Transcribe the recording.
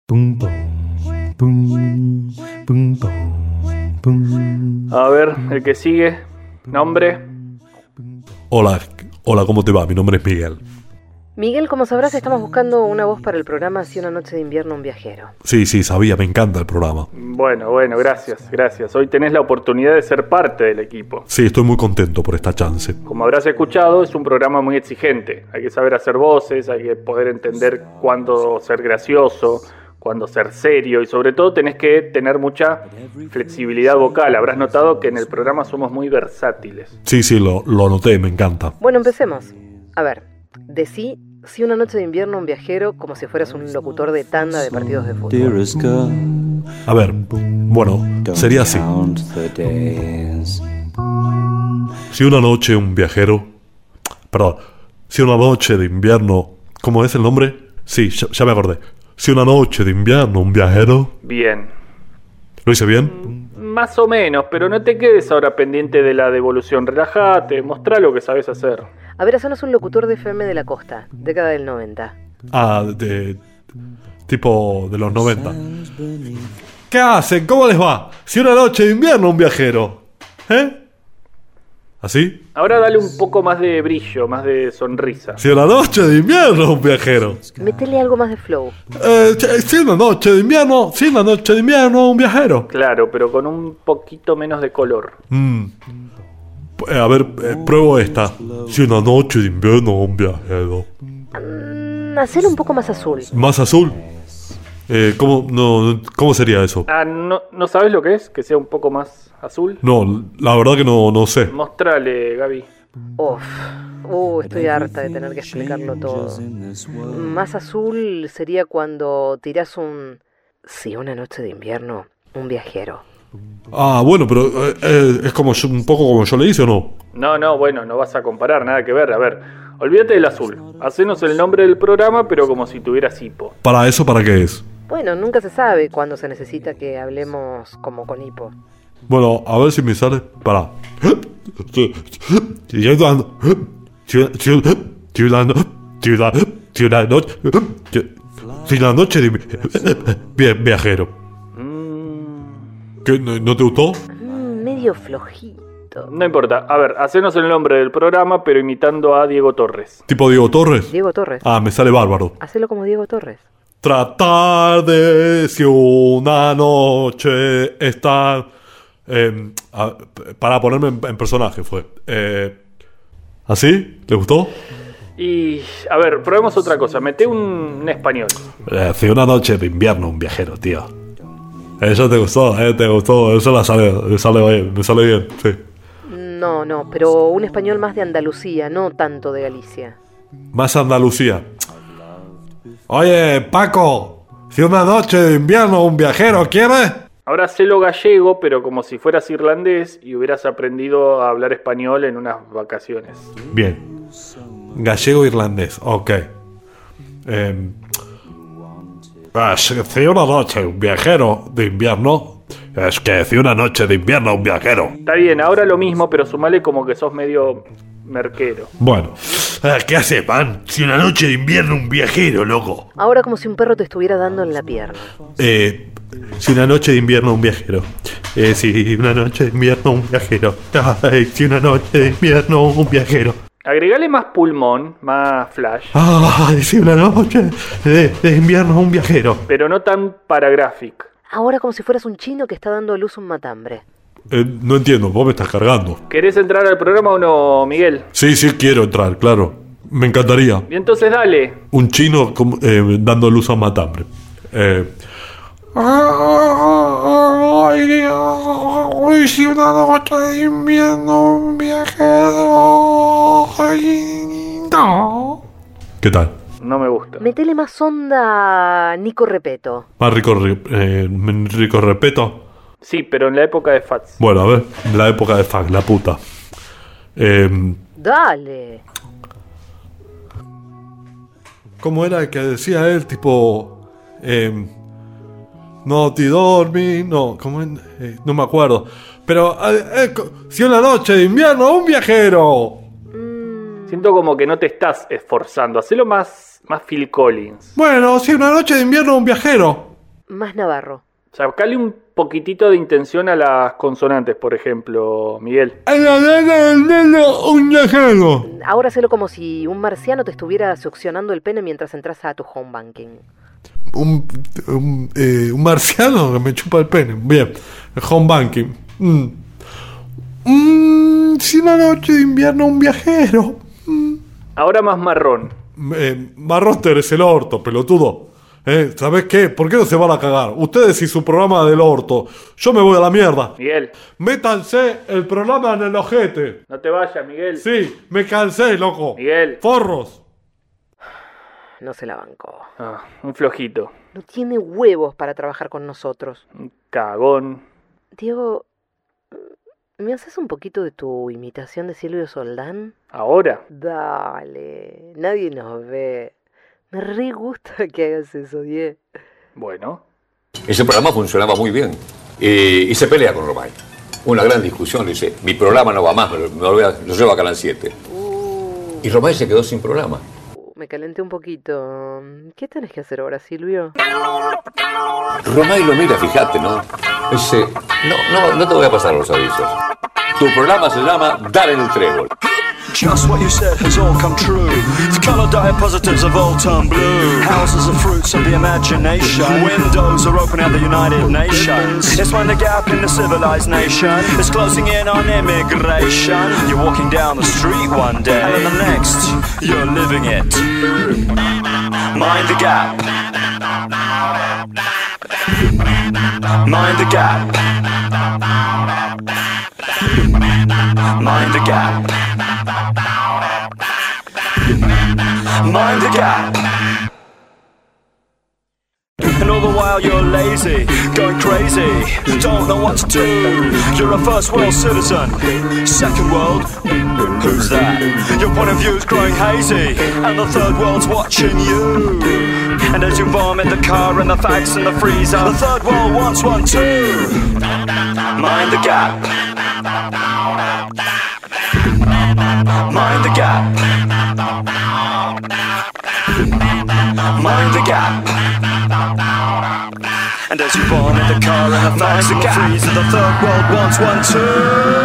Pum, pum, pum, pum, pum, pum. A ver, el que sigue. Nombre. Hola, ¿cómo te va? Mi nombre es Miguel. Miguel, como sabrás, estamos buscando una voz para el programa Si una noche de invierno un viajero. Sí, sabía, me encanta el programa. Bueno, gracias. Hoy tenés la oportunidad de ser parte del equipo. Sí, estoy muy contento por esta chance. Como habrás escuchado, es un programa muy exigente. Hay que saber hacer voces, hay que poder entender cuándo ser gracioso, cuándo ser serio y sobre todo tenés que tener mucha flexibilidad vocal. Habrás notado que en el programa somos muy versátiles. Sí, lo noté, me encanta. Bueno, empecemos. A ver, decí Si una noche de invierno un viajero como si fueras un locutor de tanda de partidos de fútbol. A ver, bueno, sería así. Si una noche un viajero... Perdón, si una noche de invierno... ¿Cómo es el nombre? Sí, ya me acordé. Si una noche de invierno un viajero... Bien. ¿Lo hice bien? Más o menos, pero no te quedes ahora pendiente de la devolución. Relájate, mostrá lo que sabes hacer. A ver, hacernos un locutor de FM de la costa, década del 90. Tipo de los 90. ¿Qué hacen? ¿Cómo les va? Si una noche de invierno un viajero. ¿Así? Ahora dale un poco más de brillo, más de sonrisa. Si una noche de invierno un viajero. Métele algo más de flow. Si una noche de invierno un viajero. Claro, pero con un poquito menos de color. A ver, pruebo esta. Si una noche de invierno un viajero. Hacelo un poco más azul. ¿Más azul? ¿Cómo sería eso? ¿No sabes lo que es? ¿Que sea un poco más azul? No, la verdad que no sé. Mostrale, Gaby. Estoy harta de tener que explicarlo todo. Más azul sería cuando tirás un... Si una noche de invierno, un viajero. Bueno, pero es como un poco como yo le hice, ¿o no? No, bueno, no vas a comparar, nada que ver. A ver, olvídate del azul. Hacenos el nombre del programa, pero como si tuvieras hipo. ¿Para eso para qué es? Bueno, nunca se sabe cuándo se necesita que hablemos como con hipo. Bueno, a ver si me sale. Para. Si la noche de viajero. ¿Qué? ¿No te gustó? Medio flojito. No importa. A ver, hacenos el nombre del programa, pero imitando a Diego Torres. ¿Tipo Diego Torres? Diego Torres. Me sale bárbaro. Hacelo como Diego Torres. Tratar de si una noche estar... para ponerme en personaje fue. ¿Así? ¿Le gustó? Y, a ver, probemos otra cosa. Mete un español. Si una noche de invierno un viajero, tío. Eso te gustó, eso me sale bien, sí. No, pero un español más de Andalucía, no tanto de Galicia. Más Andalucía. Oye, Paco, si una noche de invierno un viajero, ¿quieres? Ahora hacelo gallego, pero como si fueras irlandés y hubieras aprendido a hablar español en unas vacaciones. Bien. Gallego-irlandés, ok. Si una noche un viajero de invierno. Es que si una noche de invierno un viajero. Está bien, ahora lo mismo, pero sumale como que sos medio merquero. Bueno. ¿Qué hace, pan? Si una noche de invierno un viajero, loco. Ahora como si un perro te estuviera dando en la pierna. Si una noche de invierno un viajero. Si una noche de invierno un viajero. Si una noche de invierno un viajero. Agregale más pulmón, más flash. Si una noche de invierno un viajero. Pero no tan paragraphic. Ahora como si fueras un chino que está dando a luz un matambre. No entiendo, vos me estás cargando. ¿Querés entrar al programa o no, Miguel? Sí, quiero entrar, claro. Me encantaría. Y entonces dale. Un chino dando luz a un matambre. Si una noche de invierno un viajero. No. ¿Qué tal? No me gusta. Metele más onda Nico Repeto. Más rico respeto. Sí, pero en la época de Fats. Bueno, a ver, la época de Fats, la puta. Dale. ¿Cómo era que decía él? Tipo... no te dormí, no, no me acuerdo. Pero si una noche de invierno un viajero. Siento como que no te estás esforzando. Hacelo más Phil Collins. Bueno, si una noche de invierno un viajero. Más navarro. Sacale un poquitito de intención a las consonantes, por ejemplo, Miguel. Un viajero. Ahora hacelo como si un marciano te estuviera succionando el pene mientras entras a tu home banking. Un marciano que me chupa el pene. Bien, el home banking. Si una noche de invierno un viajero. Ahora más marrón. Marroster es el orto, pelotudo. ¿Sabés qué? ¿Por qué no se van a cagar? Ustedes y su programa del orto. Yo me voy a la mierda. Miguel. Métanse el programa en el ojete. No te vayas, Miguel. Sí, me cansé, loco. Miguel. Forros. No se la bancó. Un flojito. No tiene huevos para trabajar con nosotros. Un cagón. Diego, ¿me haces un poquito de tu imitación de Silvio Soldán? ¿Ahora? Dale, nadie nos ve. Me re gusta que hagas eso, Diego. Bueno. Ese programa funcionaba muy bien. Y se pelea con Romay. Una gran discusión, dice, mi programa no va más, lo llevo a Canal 7. Y Romay se quedó sin programa. Me calenté un poquito. ¿Qué tenés que hacer ahora, Silvio? Romay lo mira, fíjate, ¿no? Dice, no te voy a pasar los avisos. Tu programa se llama Dar en el Trébol. Just what you said has all come true. The colour diapositives have all turned blue. Houses are fruits of the imagination. Windows are open at the United Nations. It's when the gap in the civilized nation is closing in on immigration. You're walking down the street one day, and then the next, you're living it. Mind the gap. Mind the gap. Mind the gap. Mind the gap. And all the while you're lazy, going crazy, don't know what to do. You're a first world citizen, second world, who's that? Your point of view's growing hazy, and the third world's watching you. And as you vomit the car and the fags and the freezer, the third world wants one too. Mind the gap. Mind the gap. Mind the gap. And as you vomit the car and the fags and the freezer, the third world wants one too.